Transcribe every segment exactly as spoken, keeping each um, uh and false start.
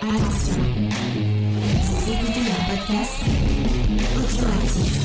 Attention, vous écoutez un podcast audioactif.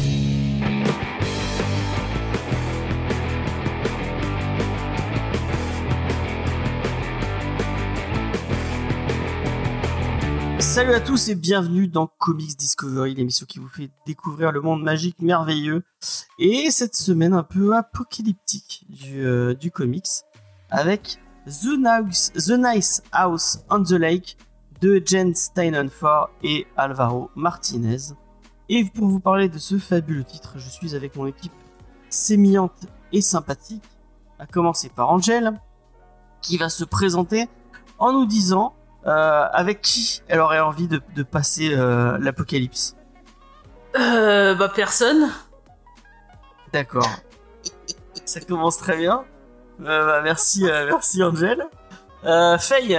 Salut à tous et bienvenue dans Comics Discovery, l'émission qui vous fait découvrir le monde magique merveilleux et cette semaine un peu apocalyptique du, euh, du comics avec The Nice, The Nice House on the Lake de Jen Steinenfort et Alvaro Martinez. Et pour vous parler de ce fabuleux titre, je suis avec mon équipe sémillante et sympathique, à commencer par Angel, qui va se présenter en nous disant euh, avec qui elle aurait envie de, de passer euh, l'apocalypse. Euh, bah personne. D'accord. Ça commence très bien. Euh, bah, merci, euh, merci Angel. Euh, Faye.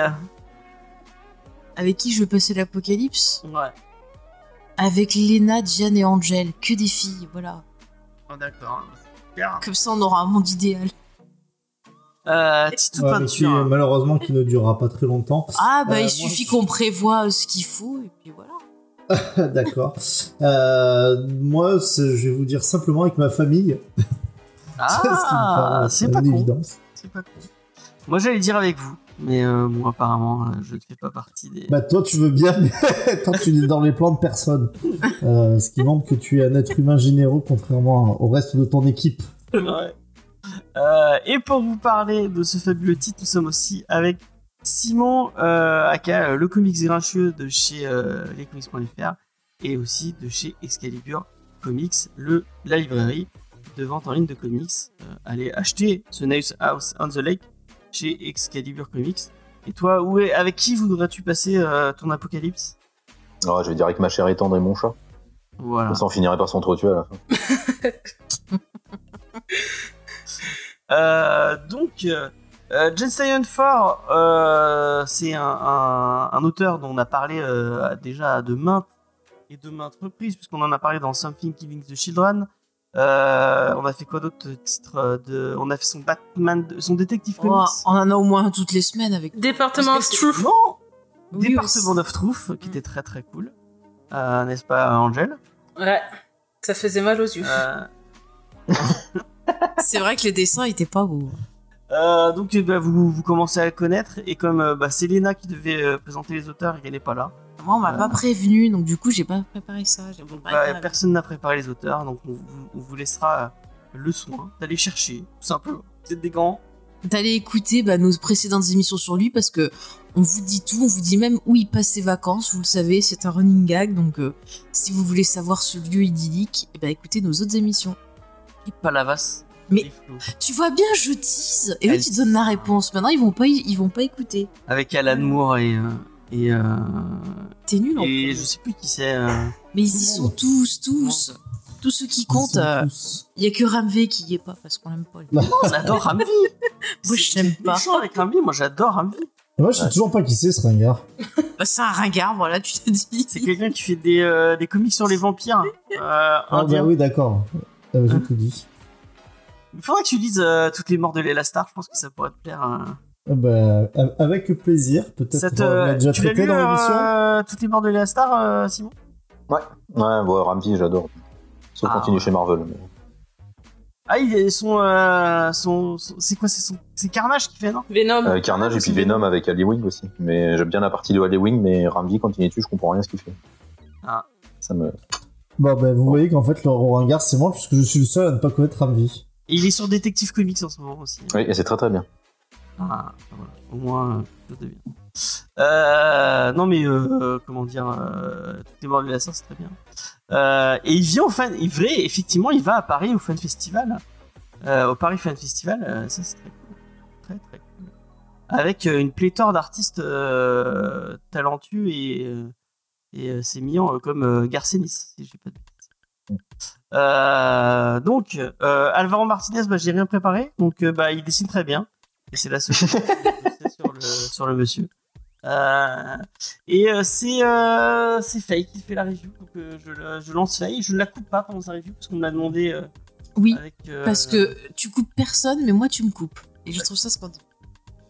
Avec qui je veux passer l'apocalypse ? Ouais. Avec Lena, Diane et Angel. Que des filles, voilà. Oh, d'accord. Super. Comme ça, on aura un monde idéal. Euh, Tito ouais, mais qui, Peinture. malheureusement, qui ne durera pas très longtemps. Ah, bah, Euh, il moi, suffit je- qu'on prévoit ce qu'il faut, et puis voilà. D'accord. Euh, moi, c'est- je vais vous dire simplement avec ma famille. Ce qui me Ah, paraît c'est une pas con. évidence. C'est pas con. Moi, j'allais dire avec vous, mais euh, bon, apparemment, euh, je ne fais pas partie des. Bah, toi, tu veux bien, mais toi, tu es dans les plans de personne. Euh, ce qui montre que tu es un être humain généreux, contrairement au reste de ton équipe. Ouais. Euh, et pour vous parler de ce fabuleux titre, nous sommes aussi avec Simon, euh, aka euh, le comics grincheux de chez euh, lescomics point f r et aussi de chez Excalibur Comics, le, la librairie de vente en ligne de comics. Euh, allez acheter ce Nice House on the Lake chez Excalibur Comics. Et toi, où est, avec qui voudrais-tu passer euh, ton apocalypse ? Alors, je vais dire avec ma chère et tendre et mon chat. Voilà. Comme ça, on finirait par s'entretuer à la fin. Euh, donc, euh, Jen Steinenfort, euh, c'est un, un, un auteur dont on a parlé euh, déjà de maintes et de maintes reprises, puisqu'on en a parlé dans Something Killing the Children. Euh, on a fait quoi d'autre titre euh, de... On a fait son Batman, de- son détective Oh, comics. on en a au moins toutes les semaines avec. Département of Parce que Truth. Non, Oui, Département aussi. of Truth, qui était très très cool, euh, n'est-ce pas, Angel? Ouais, ça faisait mal aux yeux. euh, C'est vrai que les dessins étaient pas beaux. Euh, donc euh, bah, vous, vous commencez à le connaître, et comme euh, bah, c'est Léna qui devait euh, présenter les auteurs et qu'elle n'est pas là, Moi, on m'a Euh. pas prévenu, donc du coup, j'ai pas préparé ça. J'ai donc, préparé bah, personne n'a préparé les auteurs, donc on, vous- on vous laissera euh, le soin d'aller chercher, tout simplement. Vous êtes des grands. D'aller écouter bah, nos précédentes émissions sur lui, parce que on vous dit tout, on vous dit même où il passe ses vacances, vous le savez, c'est un running gag, donc euh, si vous voulez savoir ce lieu idyllique, eh ben, écoutez nos autres émissions. Palavas. Mais- et Flo. Tu vois bien, je tease, et eux, Elle tu donnes la réponse. Maintenant, ils vont pas, y- ils vont pas écouter. Avec Alan Moore et. euh, et, euh, T'es nul en et premier. je sais plus qui c'est. euh, Mais ils y sont tous, tous. Tous ceux qui comptent. Ils sont euh, tous- Il y a que Ramvé qui y est pas, parce qu'on l'aime pas. lui. On adore Ramvi. Moi, je l'aime pas. méchant avec Ramvi, moi j'adore Ramvi. Moi, je sais toujours pas qui c'est, ce ringard. Bah, c'est un ringard, voilà, tu te dis. C'est quelqu'un qui fait des, euh, des comics sur les vampires euh, Ah, indiens. bah oui, d'accord. Euh, J'ai Hein tout dit. Il faudrait que tu lises euh, toutes les morts de Léla Star, je pense que ça pourrait te plaire. hein. Ah bah, a- avec plaisir. Peut-être Ça qu'on te- l'a déjà tu l'as traité lu, dans l'émission. euh, toutes les morts de Léla Star, euh, Simon? Ouais, bon, Ramsey, j'adore. Ça Ah, continue ouais. chez Marvel. mais- Ah, ils sont, euh, sont, sont- c'est quoi, c'est son, c'est Carnage qui fait, non? Venom. Euh, Carnage et puis c'est bien. Venom avec Ali Wing aussi. Mais j'aime bien la partie de Ali Wing, mais Ramsey, quand il est dessus, je comprends rien à ce qu'il fait. Ah. Ça me... Bon, bah, vous voyez qu'en fait, le ringard, c'est moi, puisque je suis le seul à ne pas connaître Ramvi. Et il est sur Detective Comics en ce moment aussi. Oui, et c'est très très bien. Ah, voilà. Au moins, euh, quelque chose de bien. Euh, non, mais euh, comment dire, euh, toutes les morts de Léla Star, c'est très bien. Euh, et il vient au fan, il vrai, effectivement, il va à Paris au Fan Festival, euh, au Paris Fan Festival, euh, ça c'est très cool, très très cool, avec euh, une pléthore d'artistes euh, talentueux et euh, et euh, sémillants euh, comme euh, Garcenis, si j'ai pas de bêtises. Euh, donc euh, Alvaro Martinez, bah j'ai rien préparé, donc euh, bah il dessine très bien, et c'est la seule chose que je sais sur le sur le monsieur. Euh, et euh, c'est euh, c'est Faye qui fait la review, donc euh, je, le- je lance Faye, je ne la coupe pas pendant sa review parce qu'on me l'a demandé euh, Oui, avec, euh, parce que tu coupes personne, mais moi, tu me coupes. Et je trouve ça scandaleux.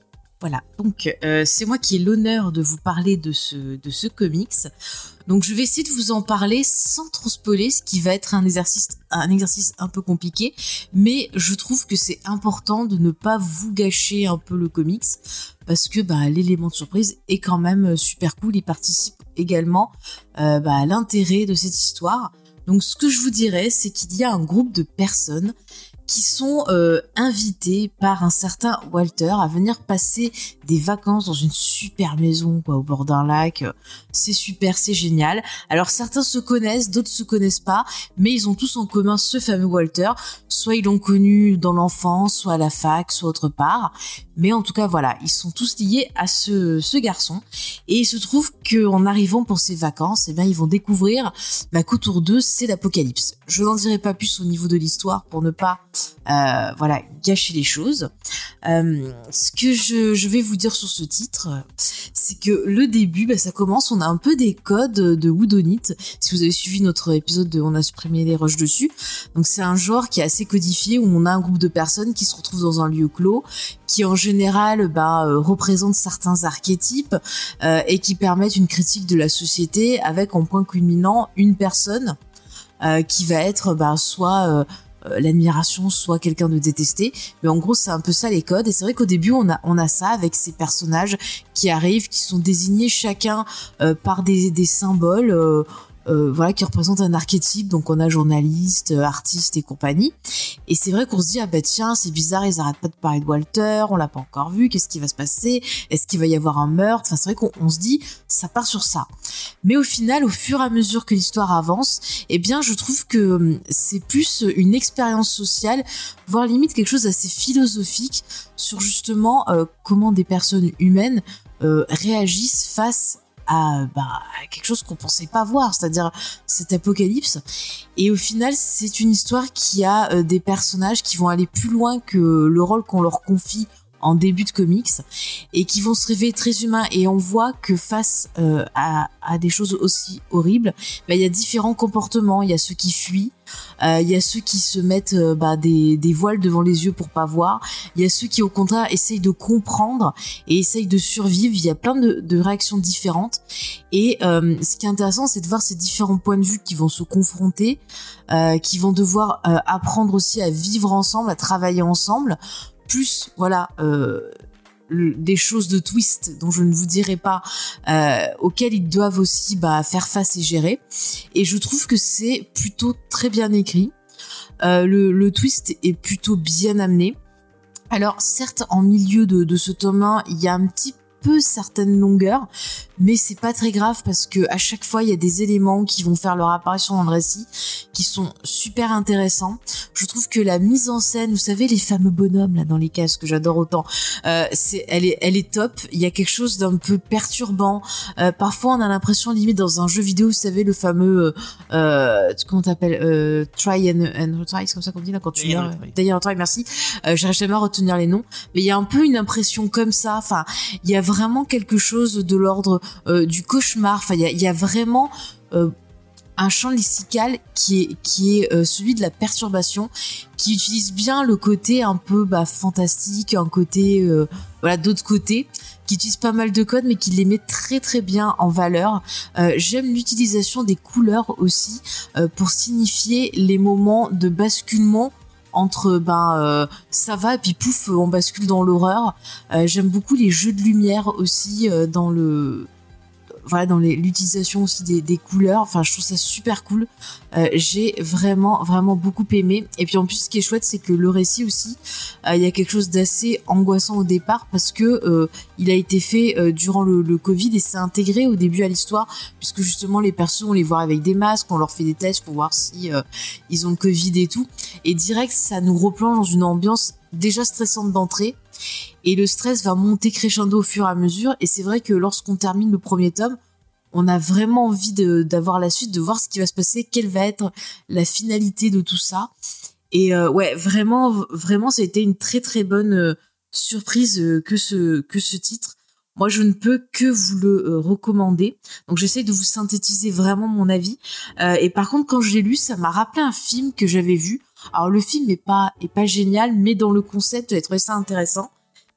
Voilà, donc euh, c'est moi qui ai l'honneur de vous parler de ce, de ce comics. Donc je vais essayer de vous en parler sans trop spoiler, ce qui va être un exercice, un exercice un peu compliqué, mais je trouve que c'est important de ne pas vous gâcher un peu le comics, parce que bah, l'élément de surprise est quand même super cool, il participe également euh, bah, à l'intérêt de cette histoire. Donc ce que je vous dirais, c'est qu'il y a un groupe de personnes qui sont euh, invités par un certain Walter à venir passer des vacances dans une super maison quoi, au bord d'un lac. C'est super, c'est génial. Alors certains se connaissent, d'autres se connaissent pas, mais ils ont tous en commun ce fameux Walter. Soit ils l'ont connu dans l'enfance, soit à la fac, soit autre part. Mais en tout cas, voilà, ils sont tous liés à ce, ce garçon. Et il se trouve qu'en arrivant pour ces vacances, eh bien, ils vont découvrir bah, qu'autour d'eux, c'est l'apocalypse. Je n'en dirai pas plus au niveau de l'histoire pour ne pas euh, voilà, gâcher les choses. Euh, ce que je, je vais vous dire sur ce titre, c'est que le début, bah, ça commence, on a un peu des codes de Whodunit. Si vous avez suivi notre épisode de On a supprimé les rushs dessus. Donc c'est un genre qui est assez codifié où on a un groupe de personnes qui se retrouvent dans un lieu clos, qui en général bah, euh, représentent certains archétypes euh, et qui permettent une critique de la société avec en point culminant une personne euh, qui va être bah, soit euh, euh, l'admiration, soit quelqu'un de détesté. Mais en gros, c'est un peu ça les codes. Et c'est vrai qu'au début, on a, on a ça avec ces personnages qui arrivent, qui sont désignés chacun euh, par des, des symboles euh, Euh, voilà, qui représente un archétype. Donc on a journaliste, euh, artiste et compagnie. Et c'est vrai qu'on se dit ah bah tiens c'est bizarre, ils arrêtent pas de parler de Walter, on l'a pas encore vu, qu'est-ce qui va se passer, est-ce qu'il va y avoir un meurtre, enfin c'est vrai qu'on on se dit ça part sur ça. Mais au final, au fur et à mesure que l'histoire avance, eh bien je trouve que euh, c'est plus une expérience sociale, voire limite quelque chose d'assez philosophique sur justement euh, comment des personnes humaines euh, réagissent face à, bah, à quelque chose qu'on pensait pas voir, c'est-à-dire cet apocalypse. Et au final, c'est une histoire qui a euh, des personnages qui vont aller plus loin que le rôle qu'on leur confie en début de comics et qui vont se révéler très humains. Et on voit que face euh, à, à des choses aussi horribles, bah, il y a différents comportements. Il y a ceux qui fuient, euh, il y a ceux qui se mettent euh, bah, des, des voiles devant les yeux pour pas voir, il y a ceux qui au contraire essayent de comprendre et essayent de survivre. Il y a plein de, de réactions différentes. Et euh, ce qui est intéressant, c'est de voir ces différents points de vue qui vont se confronter, euh, qui vont devoir euh, apprendre aussi à vivre ensemble, à travailler ensemble. Plus, voilà, euh, le, des choses de twist dont je ne vous dirai pas, euh, auxquelles ils doivent aussi bah, faire face et gérer. Et je trouve que c'est plutôt très bien écrit. Euh, le, le twist est plutôt bien amené. Alors, certes, en milieu de, de ce tome un, il y a un petit peu certaines longueurs, mais c'est pas très grave parce que à chaque fois il y a des éléments qui vont faire leur apparition dans le récit qui sont super intéressants. Je trouve que la mise en scène, vous savez les fameux bonhommes là dans les cases que j'adore autant, euh, c'est elle est elle est top. Il y a quelque chose d'un peu perturbant. Euh, parfois on a l'impression limite dans un jeu vidéo, vous savez le fameux euh, comment t'appelles euh, try and, and retry, c'est comme ça qu'on dit là quand tu meurs. D'ailleurs try, merci. Euh, J'arrive jamais à retenir les noms, mais il y a un peu une impression comme ça. Enfin, il y a vraiment quelque chose de l'ordre euh, du cauchemar. Enfin, il y a, y a vraiment euh, un champ lexical qui est qui est euh, celui de la perturbation, qui utilise bien le côté un peu bah, fantastique, un côté euh, voilà d'autres côtés, qui utilise pas mal de codes mais qui les met très très bien en valeur. Euh, j'aime l'utilisation des couleurs aussi euh, pour signifier les moments de basculement entre ben euh, ça va et puis pouf on bascule dans l'horreur. Euh, j'aime beaucoup les jeux de lumière aussi euh, dans le voilà dans les, l'utilisation aussi des, des couleurs. Enfin je trouve ça super cool. Euh, j'ai vraiment vraiment beaucoup aimé. Et puis en plus ce qui est chouette c'est que le récit aussi il euh, y a quelque chose d'assez angoissant au départ parce que euh, il a été fait euh, durant le, le Covid et c'est intégré au début à l'histoire puisque justement les persos on les voit avec des masques, on leur fait des tests pour voir si euh, ils ont le Covid et tout, et direct ça nous replonge dans une ambiance déjà stressante d'entrée et le stress va monter crescendo au fur et à mesure. Et c'est vrai que lorsqu'on termine le premier tome, on a vraiment envie de, d'avoir la suite, de voir ce qui va se passer, quelle va être la finalité de tout ça. Et euh, ouais, vraiment, vraiment, ça a été une très très bonne euh, surprise euh, que ce que ce titre. Moi, je ne peux que vous le euh, recommander. Donc, j'essaie de vous synthétiser vraiment mon avis. Euh, et par contre, quand je l'ai lu, ça m'a rappelé un film que j'avais vu. Alors, le film est pas est pas génial, mais dans le concept, j'ai trouvé ça intéressant.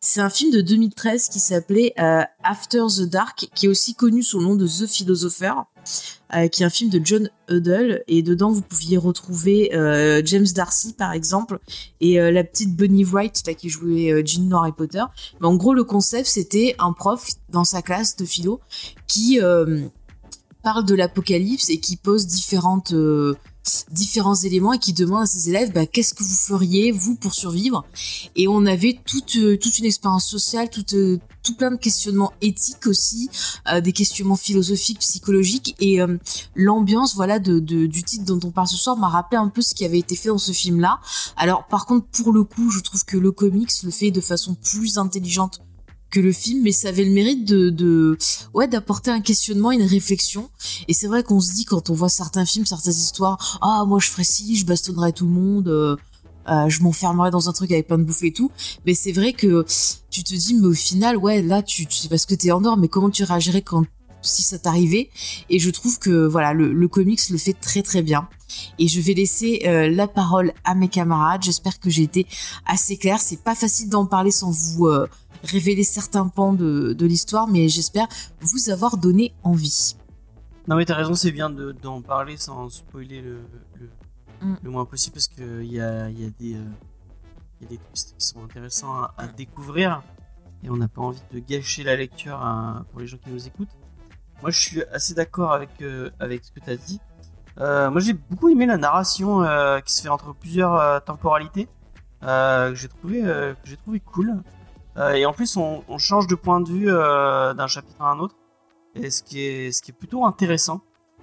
C'est un film de deux mille treize qui s'appelait euh, After the Dark, qui est aussi connu sous le nom de The Philosopher, euh, qui est un film de John Huddle. Et dedans, vous pouviez retrouver euh, James Darcy, par exemple, et euh, la petite Bonnie Wright, là, qui jouait euh, Ginny dans Harry Potter. Mais en gros, le concept, c'était un prof dans sa classe de philo qui euh, parle de l'apocalypse et qui pose différentes... Euh, différents éléments et qui demande à ses élèves bah, qu'est-ce que vous feriez vous pour survivre, et on avait toute euh, toute une expérience sociale, toute euh, tout plein de questionnements éthiques aussi, euh, des questionnements philosophiques, psychologiques, et euh, l'ambiance voilà de, de du titre dont on parle ce soir m'a rappelé un peu ce qui avait été fait dans ce film là. Alors par contre, pour le coup, je trouve que le comics le fait de façon plus intelligente que le film, mais ça avait le mérite de, de ouais d'apporter un questionnement, une réflexion. Et c'est vrai qu'on se dit quand on voit certains films, certaines histoires, ah moi je ferais ci, je bastonnerais tout le monde, euh, euh, je m'enfermerais dans un truc avec plein de bouffe et tout. Mais c'est vrai que tu te dis, mais au final, ouais là tu, tu sais parce que t'es en dehors, mais comment tu réagirais quand si ça t'arrivait? Et je trouve que voilà le, le comics le fait très très bien. Et je vais laisser euh, la parole à mes camarades. J'espère que j'ai été assez claire. C'est pas facile d'en parler sans vous euh, révéler certains pans de, de l'histoire, mais j'espère vous avoir donné envie. Non mais t'as raison, c'est bien de, d'en parler sans spoiler le, le, mm. le moins possible, parce qu'il y a, y a des euh, y a des twists qui sont intéressants à, à découvrir, et on n'a pas envie de gâcher la lecture à, pour les gens qui nous écoutent. Moi je suis assez d'accord avec, euh, avec ce que t'as dit. Euh, moi j'ai beaucoup aimé la narration euh, qui se fait entre plusieurs euh, temporalités, euh, que j'ai trouvé, euh, que j'ai trouvé cool. Euh, et en plus, on, on change de point de vue euh, d'un chapitre à un autre, et ce qui est, ce qui est plutôt intéressant.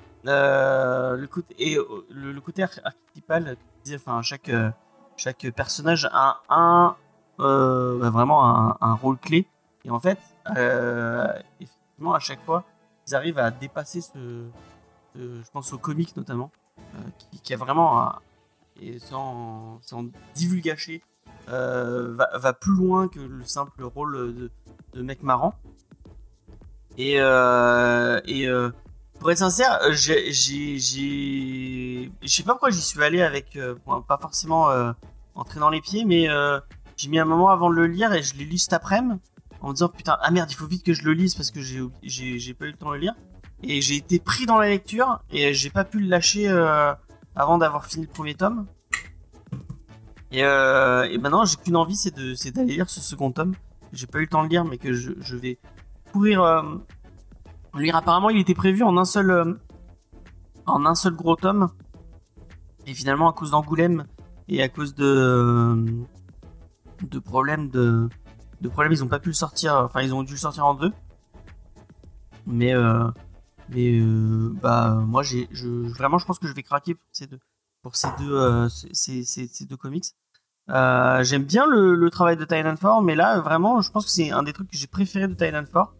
Euh, le côté, et le, le côté archétypal, enfin chaque, chaque personnage a un, euh, bah, vraiment un, un rôle clé. Et en fait, euh, effectivement, à chaque fois, ils arrivent à dépasser ce, ce je pense au comic notamment, euh, qui, qui a vraiment, un, et sans, sans divulgacher, Euh, va, va plus loin que le simple rôle de, de mec marrant. Et, euh, et euh, pour être sincère, j'ai, j'ai, j'ai... je sais pas pourquoi j'y suis allé avec, euh, pas forcément euh, en traînant les pieds, mais euh, j'ai mis un moment avant de le lire et je l'ai lu cet après-midi en me disant putain, ah merde, il faut vite que je le lise parce que j'ai, j'ai, j'ai pas eu le temps de le lire. Et j'ai été pris dans la lecture et j'ai pas pu le lâcher euh, avant d'avoir fini le premier tome. Et, euh, et maintenant, j'ai qu'une envie, c'est, de, c'est d'aller lire ce second tome. J'ai pas eu le temps de lire, mais que je, je vais courir euh, lire. Apparemment, il était prévu en un seul, euh, en un seul gros tome. Et finalement, à cause d'Angoulême et à cause de, euh, de problèmes, de, de problèmes, ils ont pas pu le sortir. Enfin, ils ont dû le sortir en deux. Mais, euh, mais euh, bah, moi, j'ai, je, vraiment, je pense que je vais craquer pour ces deux, pour ces deux, euh, ces, ces, ces deux comics. Euh, j'aime bien le, le travail de Tynion Four, mais là vraiment je pense que c'est un des trucs que j'ai préféré de Tynion Four.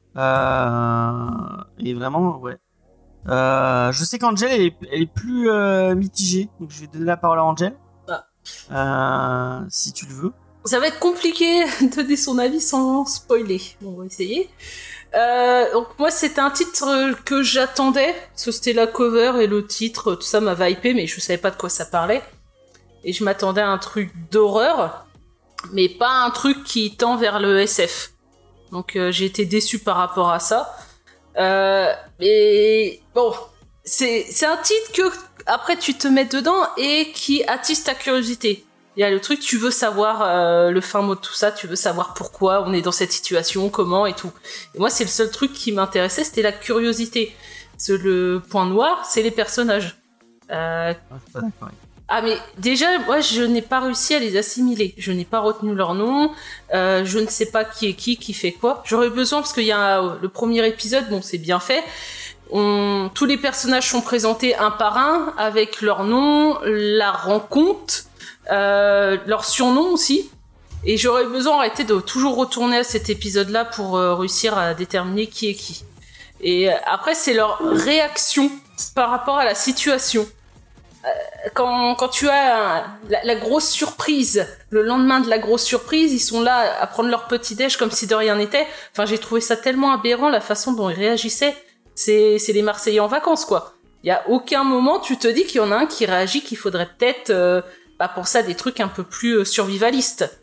Euh, et vraiment ouais. Euh, je sais qu'Angel elle est, elle est plus euh, mitigée, donc je vais donner la parole à Angel. Ah. Euh, si tu le veux. Ça va être compliqué de donner son avis sans spoiler. Bon, on va essayer. Euh, donc moi c'était un titre que j'attendais, parce que c'était la cover et le titre, tout ça m'a hypé, mais je savais pas de quoi ça parlait. Et je m'attendais à un truc d'horreur, mais pas un truc qui tend vers le S F. Donc euh, j'ai été déçu par rapport à ça. Euh, et bon, c'est, c'est un titre que après tu te mets dedans et qui attise ta curiosité. Il y a le truc, tu veux savoir euh, le fin mot de tout ça, tu veux savoir pourquoi on est dans cette situation, comment et tout. Et moi, c'est le seul truc qui m'intéressait, c'était la curiosité. C'est le point noir, c'est les personnages. Euh... Ah, je suis pas d'accord. Ah mais déjà, moi je n'ai pas réussi à les assimiler. Je n'ai pas retenu leur nom. Euh, je ne sais pas qui est qui, qui fait quoi. J'aurais besoin, parce qu'il y a un, le premier épisode, bon c'est bien fait. On, tous les personnages sont présentés un par un, avec leur nom, la rencontre, euh, leur surnom aussi. Et j'aurais besoin d'arrêter de toujours retourner à cet épisode-là pour euh, réussir à déterminer qui est qui. Et euh, après, c'est leur réaction par rapport à la situation. Quand, quand tu as un, la, la grosse surprise, le lendemain de la grosse surprise, ils sont là à prendre leur petit déj comme si de rien n'était. Enfin, j'ai trouvé ça tellement aberrant, la façon dont ils réagissaient. C'est, c'est les Marseillais en vacances, quoi. Il y a aucun moment, tu te dis qu'il y en a un qui réagit, qu'il faudrait peut-être, euh, bah pour ça, des trucs un peu plus euh, survivalistes.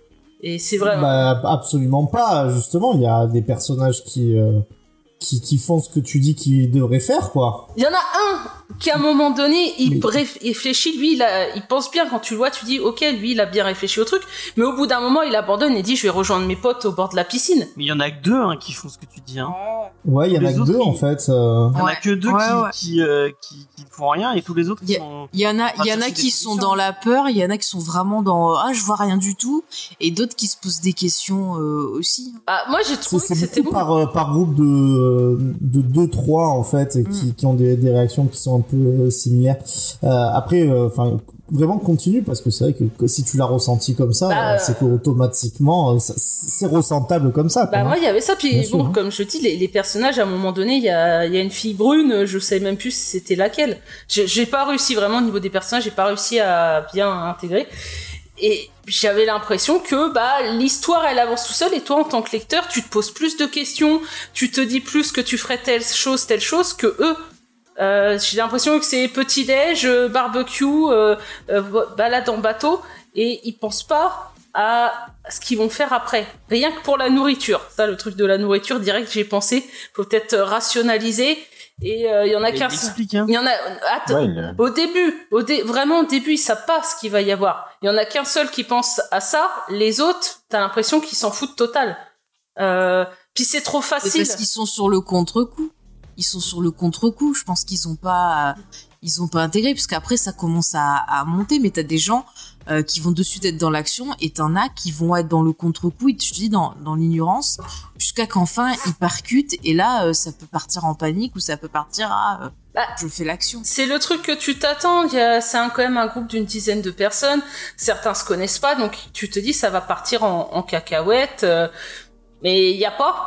Et c'est vrai. Bah, absolument pas. Justement, il y a des personnages qui, euh, qui, qui font ce que tu dis qu'ils devraient faire, quoi. Il y en a un qui, à un moment donné, il Mais- réfléchit, lui, il, a, il pense bien. Quand tu le vois, tu dis, ok, lui, il a bien réfléchi au truc. Mais au bout d'un moment, il abandonne et dit, je vais rejoindre mes potes au bord de la piscine. Mais il y en a que deux hein, qui font ce que tu dis. Hein. Ouais, il y en Les a que autres, deux, ils- en fait. euh. Il y en a Ouais. que deux Ouais, qui, ouais. Qui, euh, qui, qui font rien et tous les autres qui Y a- sont. Il y en a, il y en a chercher qui des sont solutions. dans la peur, il y en a qui sont vraiment dans ah je vois rien du tout, et d'autres qui se posent des questions euh, aussi. Bah, moi, j'ai C'est trouvé que c'est c'était beaucoup bon. par, euh, par groupe de, de deux trois, en fait, et qui, Mm. qui ont des, des réactions qui sont un peu euh, similaires. Euh, après, enfin, vraiment continue, parce que c'est vrai que, que si tu l'as ressenti comme ça, Bah, euh, c'est qu'automatiquement, euh, ça- c'est ressentable comme ça. quoi, Bah, hein. moi, il y avait ça. Puis, Bien sûr, bon, hein. comme je te dis, les, les personnages, à un moment donné, il y a, il y a une fille brune, je sais même plus si c'était laquelle. J'ai, j'ai pas réussi vraiment au niveau des personnages, j'ai pas réussi à bien intégrer. Et j'avais l'impression que bah l'histoire elle avance tout seul et toi en tant que lecteur tu te poses plus de questions, tu te dis plus que tu ferais telle chose telle chose que eux. Euh, j'ai l'impression que c'est petit déj, euh, barbecue, euh, euh, balade en bateau et ils pensent pas à ce qu'ils vont faire après. Rien que pour la nourriture. Ça le truc de la nourriture direct j'ai pensé faut peut-être rationaliser et il euh, y en a Il qu'un. explique, hein. Il y en a attends. Ouais, il- Au début, au dé- vraiment au début, ils savent pas ce qu'il va y avoir. Il y en a qu'un seul qui pense à ça. Les autres, t'as l'impression qu'ils s'en foutent total. Euh, puis c'est trop C'est facile. parce qu'ils sont sur le contre-coup. Ils sont sur le contre-coup. Je pense qu'ils ont pas, ils ont pas intégré, parce qu'après ça commence à, à monter. Mais t'as des gens euh, qui vont de suite être dans l'action, et t'en as qui vont être dans le contre-coup. Et je te dis dans dans l'ignorance, jusqu'à qu'enfin ils percutent. Et là, euh, ça peut partir en panique ou ça peut partir à, euh, Bah, je fais l'action. C'est le truc que tu t'attends. Il y a, c'est un, quand même un groupe d'une dizaine de personnes. Certains se connaissent pas, donc tu te dis ça va partir en, en cacahuète. euh, mais il y a pas.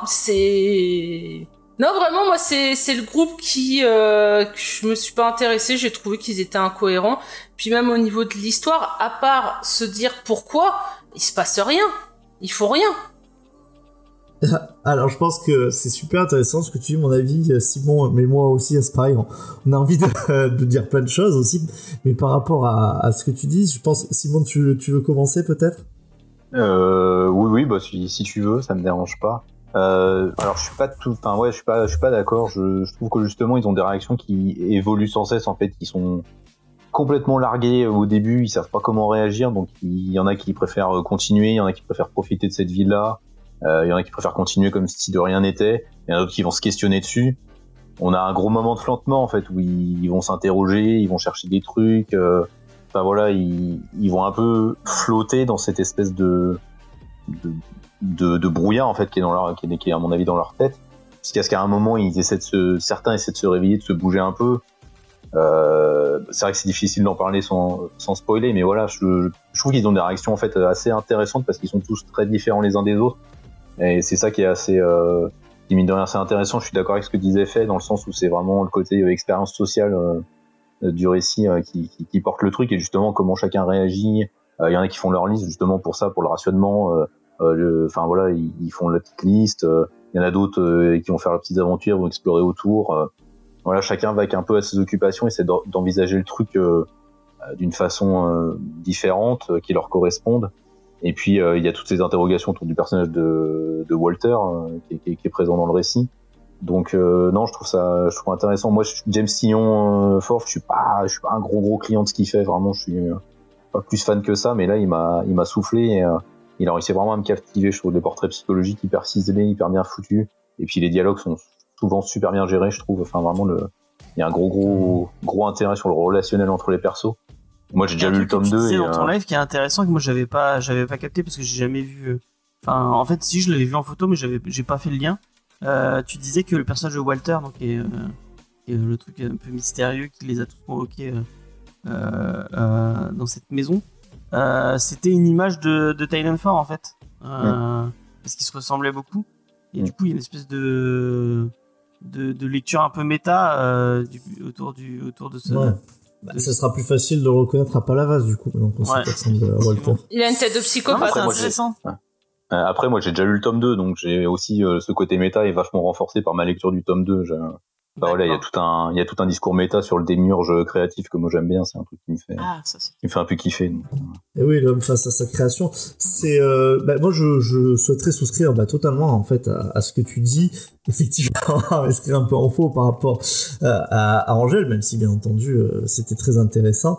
C'est non vraiment moi c'est c'est le groupe qui euh, que je me suis pas intéressée. J'ai trouvé qu'ils étaient incohérents. Puis même au niveau de l'histoire, à part se dire pourquoi, il se passe rien. Il faut rien. Alors je pense que c'est super intéressant ce que tu dis, mon avis, Simon, mais moi aussi c'est pareil, on on a envie de, de dire plein de choses aussi, mais par rapport à, à ce que tu dis, je pense, Simon, tu, tu veux commencer peut-être? Euh, oui, oui, bah si, si tu veux, ça me dérange pas. Euh, alors je suis pas tout, enfin ouais, je suis pas, je suis pas d'accord. Je, je trouve que justement ils ont des réactions qui évoluent sans cesse en fait, qui sont complètement largués au début, ils savent pas comment réagir, donc il y en a qui préfèrent continuer, il y en a qui préfèrent profiter de cette vie-là, euh, il y en a qui préfèrent continuer comme si de rien n'était, il y en a d'autres qui vont se questionner dessus. On a un gros moment de flottement en fait où ils, ils vont s'interroger, ils vont chercher des trucs. Euh, enfin voilà, ils, ils vont un peu flotter dans cette espèce de de, de, de brouillard en fait qui est dans leur, qui est, qui est à mon avis dans leur tête. Jusqu'à ce qu'à un moment ils essaient de se, certains essaient de se réveiller, de se bouger un peu. Euh, c'est vrai que c'est difficile d'en parler sans, sans spoiler, mais voilà, je, je trouve qu'ils ont des réactions en fait assez intéressantes parce qu'ils sont tous très différents les uns des autres, et c'est ça qui est assez, euh, qui mine de rien assez intéressant. Je suis d'accord avec ce que disait Faye dans le sens où c'est vraiment le côté euh, expérience sociale euh, du récit euh, qui, qui, qui porte le truc, et justement comment chacun réagit. Il euh, y en a qui font leur liste justement pour ça, pour le rationnement. Euh, euh, enfin voilà, ils, ils font la petite liste. Il euh, y en a d'autres euh, qui vont faire leurs petites aventures, vont explorer autour. Euh, Voilà, chacun va un peu à ses occupations, essaie d'envisager le truc euh, d'une façon euh, différente, euh, qui leur corresponde. Et puis euh, il y a toutes ces interrogations autour du personnage de, de Walter euh, qui, qui, qui est présent dans le récit. Donc euh, non, je trouve ça, je trouve intéressant. Moi, je, James Tynion euh, fort, je suis pas, je suis pas un gros gros client de ce qu'il fait. Vraiment, je suis euh, pas plus fan que ça. Mais là, il m'a, il m'a soufflé. Et, euh, il a réussi vraiment à me captiver. Je trouve les portraits psychologiques hyper ciselés, hyper bien foutus. Et puis les dialogues sont souvent super bien géré, je trouve. Enfin, vraiment, le... il y a un gros, gros, gros intérêt sur le relationnel entre les persos. Moi, j'ai déjà lu le tome deux. C'est et dans ton euh... live qui est intéressant, que moi, j'avais pas, j'avais pas capté parce que j'ai jamais vu. Enfin, en fait, si je l'avais vu en photo, mais j'avais, j'ai pas fait le lien. Euh, tu disais que le personnage de Walter, donc, est, euh, est le truc un peu mystérieux qui les a tous convoqués euh, euh, dans cette maison. Euh, c'était une image de, de Tynan Ford, en fait. Euh, mm. Parce qu'ils se ressemblaient beaucoup. Et mm. du coup, il y a une espèce de. De, de lecture un peu méta euh, du, autour, du, autour de ce. Ouais. Bah, de... Ça sera plus facile de le reconnaître à Palavas, du coup. Donc on ouais. sait de Walter. Il a une tête de psychopathe. C'est intéressant. Ouais. Euh, après, moi, j'ai déjà lu le tome deux, donc j'ai aussi euh, ce côté méta est vachement renforcé par ma lecture du tome deux. J'ai... Bah voilà, il y a tout un, il y a tout un discours méta sur le démiurge créatif que moi j'aime bien. C'est un truc qui me fait, Ah, ça c'est. qui me fait un peu kiffer. Donc. Et oui, l'homme face à sa création. C'est, euh, bah, moi, je, je souhaiterais souscrire bah, totalement en fait à, à ce que tu dis. Effectivement, inscrire un peu en faux par rapport euh, à, à Angèle, même si bien entendu euh, c'était très intéressant.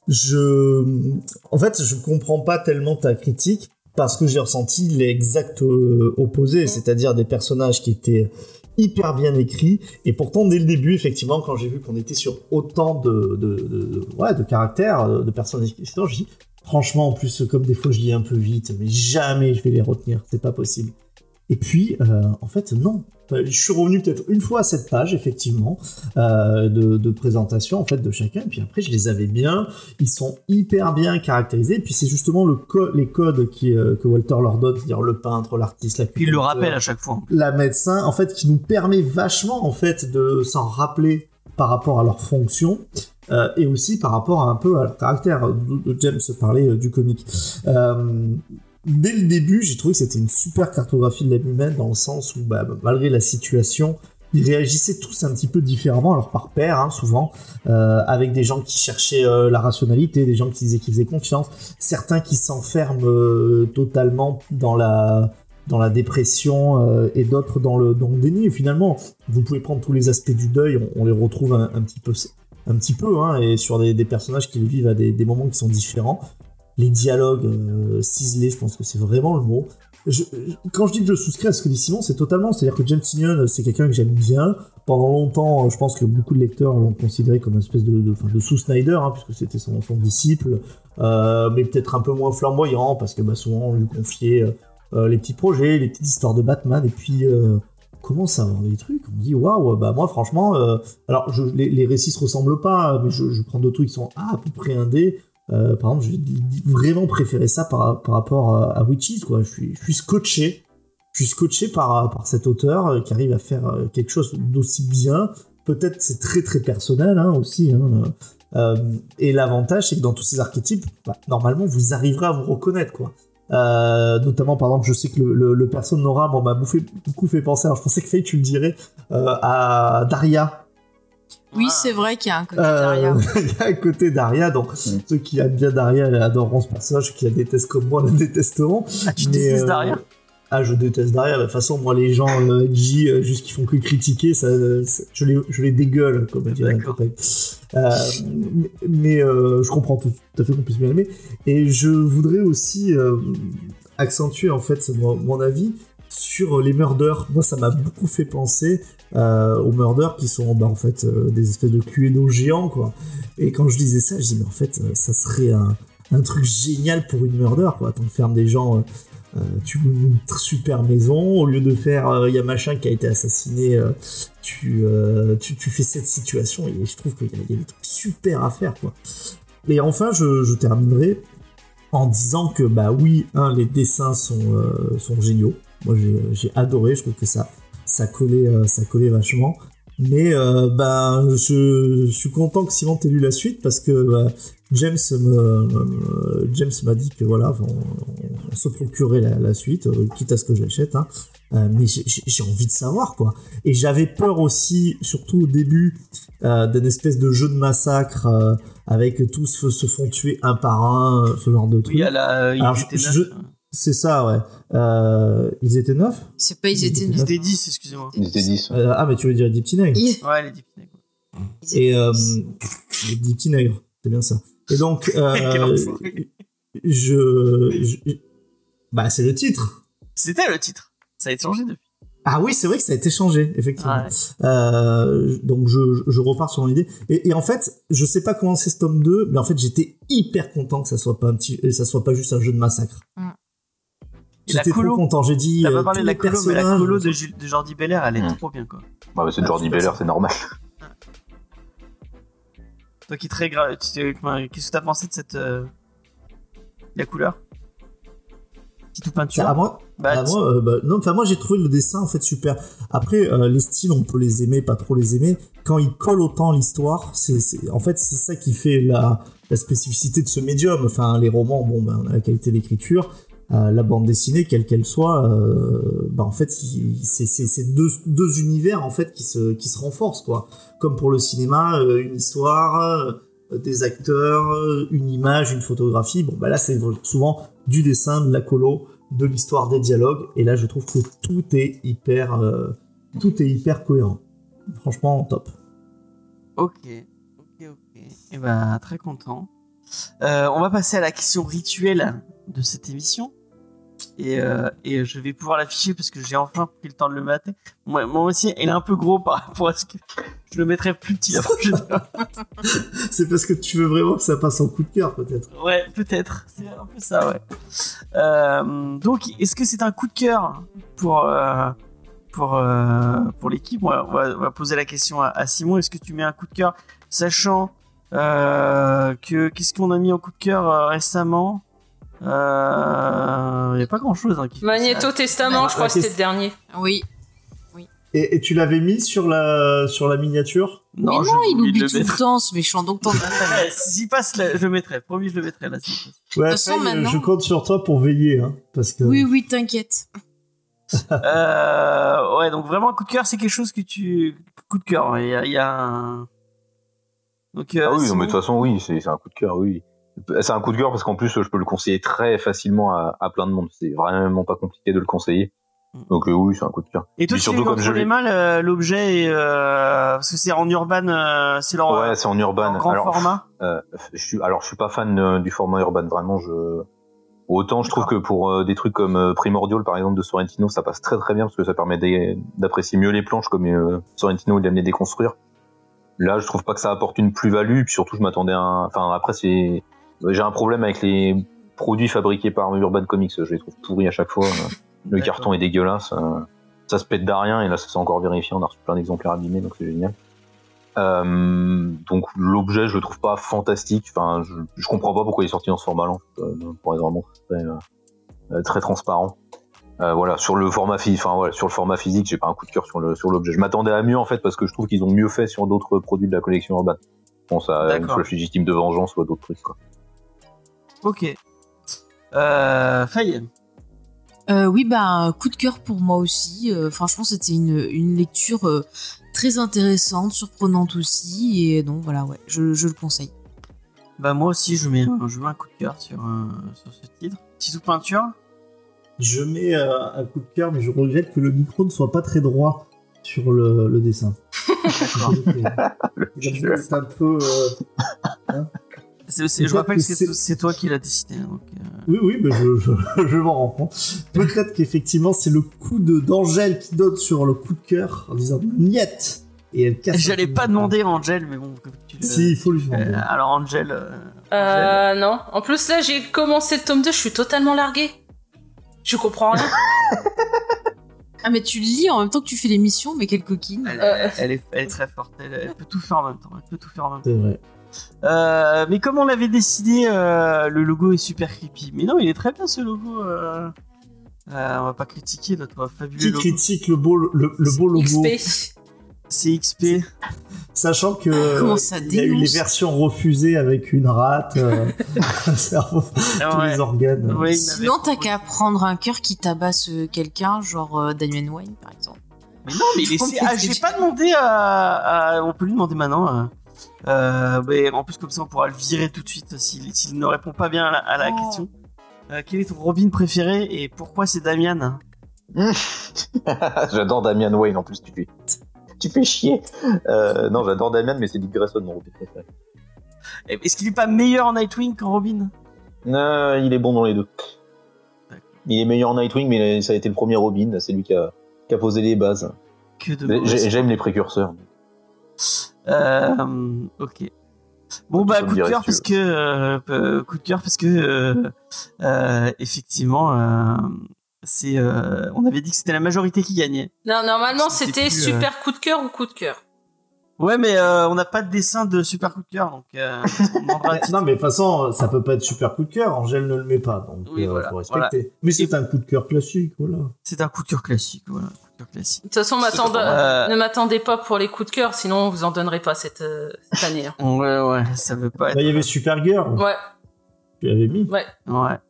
Je, en fait, je comprends pas tellement ta critique parce que j'ai ressenti l'exact euh, opposé, c'est-à-dire des personnages qui étaient hyper bien écrits, et pourtant dès le début, effectivement, quand j'ai vu qu'on était sur autant de, de, de, de, ouais, de caractères, de personnages, je dis, franchement, en plus, comme des fois je lis un peu vite, mais jamais je vais les retenir, c'est pas possible. Et puis, euh, en fait, non. Je suis revenu peut-être une fois à cette page, effectivement, euh, de, de présentation, en fait, de chacun. Et puis après, je les avais bien. Ils sont hyper bien caractérisés. Et puis, c'est justement le co- les codes qui, euh, que Walter leur donne, c'est-à-dire le peintre, l'artiste, la Puis il le rappelle à chaque fois. la médecin, en fait, qui nous permet vachement, en fait, de s'en rappeler par rapport à leur fonction. Euh, et aussi par rapport à un peu à leur caractère. James parlait euh, du comique. Euh, Dès le début, j'ai trouvé que c'était une super cartographie de l'âme humaine dans le sens où, bah, malgré la situation, ils réagissaient tous un petit peu différemment, alors par paire, hein, souvent, euh, avec des gens qui cherchaient euh, la rationalité, des gens qui disaient qu'ils faisaient confiance, certains qui s'enferment euh, totalement dans la dans la dépression euh, et d'autres dans le dans le déni. Et finalement, vous pouvez prendre tous les aspects du deuil, on, on les retrouve un, un petit peu, un petit peu, hein, et sur des, des personnages qui les vivent à des, des moments qui sont différents. Les dialogues euh, ciselés, je pense que c'est vraiment le mot. Je, je, quand je dis que je souscris à ce que dit Simon, c'est totalement, c'est-à-dire que James Tynion, c'est quelqu'un que j'aime bien. Pendant longtemps, je pense que beaucoup de lecteurs l'ont considéré comme une espèce de, de, de, de sous-Snyder, hein, puisque c'était son, son disciple, euh, mais peut-être un peu moins flamboyant, parce que bah, souvent on lui confiait euh, les petits projets, les petites histoires de Batman, et puis euh, commence à avoir des trucs, on me dit waouh, bah moi franchement, euh, alors je, les, les récits se ressemblent pas, mais je, je prends d'autres trucs qui sont ah, à peu près indés. Euh, par exemple, j'ai vraiment préféré ça par, par rapport à, à Witches, quoi. Je suis, je suis scotché, je suis scotché par, par cet auteur qui arrive à faire quelque chose d'aussi bien. Peut-être c'est très très personnel hein, aussi. Hein. Euh, et l'avantage, c'est que dans tous ces archétypes, bah, normalement, vous arriverez à vous reconnaître, quoi. Euh, notamment, par exemple, je sais que le, le, le perso de Nora bon, m'a beaucoup, beaucoup fait penser. Alors, je pensais que Faye, tu le dirais, euh, à Daria. Oui, c'est vrai qu'il y a un côté euh, Daria. Il y a un côté Daria, donc mmh. ceux qui aiment bien Daria adoreront ce personnage, ceux qui la détestent comme moi la détesteront. Ah, tu détestes euh, Daria ? Ah, je déteste Daria. De toute façon, moi, les gens euh, edgy, euh, juste qui font que critiquer, ça, ça, je, les, je les dégueule, comme dirait un copain. Euh, mais mais euh, je comprends tout, tout à fait qu'on puisse bien aimer. Et je voudrais aussi euh, accentuer, en fait, mon, mon avis sur les murders. Moi, ça m'a beaucoup fait penser euh, aux murders qui sont bah, en fait euh, des espèces de Cluedo géants, quoi. Et quand je disais ça, je dis mais en fait euh, ça serait un, un truc génial pour une murder, quoi. T'enfermes des gens, euh, tu loues une super maison, au lieu de faire il euh, y a machin qui a été assassiné, euh, tu, euh, tu tu fais cette situation, et je trouve qu'il y a, il y a des trucs super à faire, quoi. Et enfin, je, je terminerai en disant que bah oui, hein, les dessins sont euh, sont géniaux. Moi, j'ai, j'ai adoré. Je trouve que ça ça collait euh, ça collait vachement. Mais euh, ben je, je suis content que Simon t'ait lu la suite parce que bah, James me euh, James m'a dit que voilà on, on se procurait la, la suite, euh, quitte à ce que je l'achète. Hein. Euh, mais j'ai, j'ai envie de savoir, quoi. Et j'avais peur aussi, surtout au début, euh, d'une espèce de jeu de massacre euh, avec tous se, se font tuer un par un, ce genre de truc. Oui, à la, il Alors, était je, neuf. C'est ça, ouais. Euh, ils étaient neuf ? C'est pas ils étaient Ils neuf. étaient dix, excusez-moi. Ils étaient dix. Euh, ah, mais tu veux dire des petits nègres ? Ils- Ouais, les dix petits nègres. ils Et étaient euh, dix. les dix petits nègres, c'est bien ça. Et donc, Quel euh, enfoiré. je, je, bah c'est le titre. C'était le titre. Ça a été changé depuis. Ah oui, c'est vrai que ça a été changé, effectivement. Ouais. Euh, donc je, je repars sur mon idée. Et, et en fait, je sais pas comment c'est ce tome deux, mais en fait j'étais hyper content que ça soit pas un petit, ça soit pas juste un jeu de massacre. Mm. Et la J'étais trop colo. content. J'ai dit. T'as euh, pas parlé tous de la les colo, mais la personnages- colo de, Ju- de Jordi Belair, elle est Mm. trop bien, quoi. Ouais, mais c'est Ah, Jordi c'est Beller, ça. c'est normal. Toi qui très grave. Qu'est-ce que t'as pensé de cette. Euh... La couleur Petite peinture À moi, Bah, à moi, euh, bah, non, enfin moi j'ai trouvé le dessin en fait super. Après euh, les styles on peut les aimer, pas trop les aimer. Quand ils collent autant l'histoire, c'est, c'est en fait c'est ça qui fait la, la spécificité de ce médium. Enfin les romans, bon ben on a la qualité d'écriture, euh, la bande dessinée, quelle qu'elle soit, euh, bah en fait, il, c'est, c'est, c'est deux, deux univers en fait qui se, qui se renforcent, quoi. Comme pour le cinéma, euh, une histoire, euh, des acteurs, une image, une photographie. Bon, bah là, c'est souvent du dessin, de la colo, de l'histoire, des dialogues. Et là, je trouve que tout est hyper, euh, tout est hyper cohérent. Franchement, top. Ok, ok, ok. Et ben, très content. Euh, on va passer à la question rituelle de cette émission. Et, euh, et je vais pouvoir l'afficher parce que j'ai enfin pris le temps de le mater. Moi, moi aussi, il est un peu gros par rapport à ce que je le mettrai plus petit la prochaine fois. C'est parce que tu veux vraiment que ça passe en coup de cœur, peut-être. Ouais, peut-être. C'est un peu ça, ouais. Euh, donc, est-ce que c'est un coup de cœur pour, euh, pour, euh, pour l'équipe? on va, on, va, on va poser la question à, à Simon. Est-ce que tu mets un coup de cœur, sachant euh, que qu'est-ce qu'on a mis en coup de cœur euh, récemment? Il euh, n'y a pas grand-chose. Hein, qui Magnéto Testament, bah, je crois que c'était le dernier. Oui. Et, et tu l'avais mis sur la, sur la miniature? Non, mais non, il oublie le tout mettre. le temps, ce méchant, donc t'en as pas. Ouais, s'il passe, là, je le mettrai. Promis, je le mettrai là. Ouais, façon, Faye, maintenant... je compte sur toi pour veiller, hein, parce que... Oui, oui, t'inquiète. euh, ouais, donc vraiment, coup de cœur, c'est quelque chose que tu... Coup de cœur, il y a, il y a un... Donc, euh, ah oui, Simon... non, mais de toute façon, oui, c'est, c'est un coup de cœur, oui. C'est un coup de cœur parce qu'en plus, je peux le conseiller très facilement à, à plein de monde. C'est vraiment pas compliqué de le conseiller. Donc euh, oui, c'est un coup de cœur. Et toi, et tu surtout comme je les mains, le, l'objet, est, euh, parce que c'est en urban, euh, c'est leur ouais, c'est en urban. Grand alors, format. Euh, je suis, alors, je suis pas fan euh, du format urban. Vraiment, je autant je trouve que pour euh, des trucs comme euh, Primordial, par exemple, de Sorrentino, ça passe très très bien parce que ça permet d'a- d'apprécier mieux les planches comme euh, Sorrentino il aime les déconstruire. Là, je trouve pas que ça apporte une plus-value. Puis surtout, je m'attendais à un... Enfin, après, c'est j'ai un problème avec les produits fabriqués par Urban Comics. Je les trouve pourris à chaque fois. Le D'accord. carton est dégueulasse. Ça se pète d'arien et là, ça s'est encore vérifié. On a reçu plein d'exemplaires abîmés, donc c'est génial. Euh, donc l'objet, je le trouve pas fantastique. Enfin, je, je comprends pas pourquoi il est sorti dans ce format-là. Euh, pour être vraiment très, euh, très transparent. Euh, voilà, sur le format physique, enfin voilà, sur le format physique, j'ai pas un coup de cœur sur le sur l'objet. Je m'attendais à mieux en fait parce que je trouve qu'ils ont mieux fait sur d'autres produits de la collection Urban. Je pense à une flèche légitime de vengeance ou à d'autres trucs quoi. Ok. Euh, Faye. Euh, oui, bah coup de cœur pour moi aussi. Euh, franchement, c'était une une lecture euh, très intéressante, surprenante aussi, et donc voilà, ouais, je je le conseille. Bah moi aussi, je mets je mets un coup de cœur sur euh, sur ce titre. Sous peinture. Je mets euh, un coup de cœur, mais je regrette que le micro ne soit pas très droit sur le, le dessin. D'accord. C'est un peu. Euh, hein c'est, c'est, je rappelle que c'est, c'est... c'est toi qui l'as décidé. Donc, euh... Oui, oui, mais je, je, je m'en rends compte. Peut-être qu'effectivement, c'est le coup de, d'Angèle qui donne sur le coup de cœur en disant Niette. Et elle casse. J'allais pas demander à Angèle, mais bon. Tu le... Si, il faut lui demander. Euh, alors, Angèle. Euh, euh, non. En plus, là, j'ai commencé le tome deux, je suis totalement larguée. Je comprends rien. Ah mais tu lis en même temps que tu fais l'émission, mais quelle coquine. Elle, euh... elle, est, elle est très forte, elle, elle peut tout faire en même temps. Elle peut tout faire en même temps. C'est vrai. Euh, mais comme on l'avait décidé, euh, le logo est super creepy. Mais non, il est très bien ce logo. Euh... Euh, on va pas critiquer notre fabuleux Qui logo. Qui critique le beau, le, le beau logo? X P. C'est X P. Sachant que Comment ça il y a eu les versions refusées avec une rate, euh, un cerveau, ah tous ouais. les organes. Ouais, sinon, t'as qu'à prendre un cœur qui tabasse quelqu'un, genre euh, Damian Wayne par exemple. Mais non, mais laissez... ah, j'ai pas demandé à... à... On peut lui demander maintenant. Euh... Euh, mais en plus, comme ça, on pourra le virer tout de suite s'il, s'il ne répond pas bien à la, à la oh. question. Euh, quel est ton Robin préféré et pourquoi c'est Damian? J'adore Damian Wayne en plus, tu fais, tu fais chier. Euh, non, j'adore Damian, mais c'est Dick Grayson mon Robin préféré. Est-ce qu'il est pas meilleur en Nightwing qu'en Robin? euh, Il est bon dans les deux. D'accord. Il est meilleur en Nightwing, mais ça a été le premier Robin, c'est lui qui a, qui a posé les bases. Que de J'ai, j'aime les précurseurs. Euh, ok. Bon bah coup de cœur parce que euh, coup de cœur parce que euh, euh, effectivement euh, c'est euh, on avait dit que c'était la majorité qui gagnait. Non, normalement c'était, c'était plus, super euh... coup de cœur ou coup de cœur. Ouais, mais euh, on n'a pas de dessin de super coup de cœur, donc euh, on demandera. Non, mais de toute façon, ça peut pas être super coup de cœur. Angèle ne le met pas, donc oui, euh, voilà, faut respecter. Voilà. Mais c'est Et... un coup de cœur classique, voilà. C'est un coup de cœur classique, voilà. Classique. De toute façon, euh... ne m'attendez pas pour les coups de cœur, sinon on vous en donnerait pas cette, euh, cette année. Hein. Ouais, ouais, ça veut pas être. Bah, il y avait Supergirl. Ouais. Tu l'avais mis. Ouais. Ouais.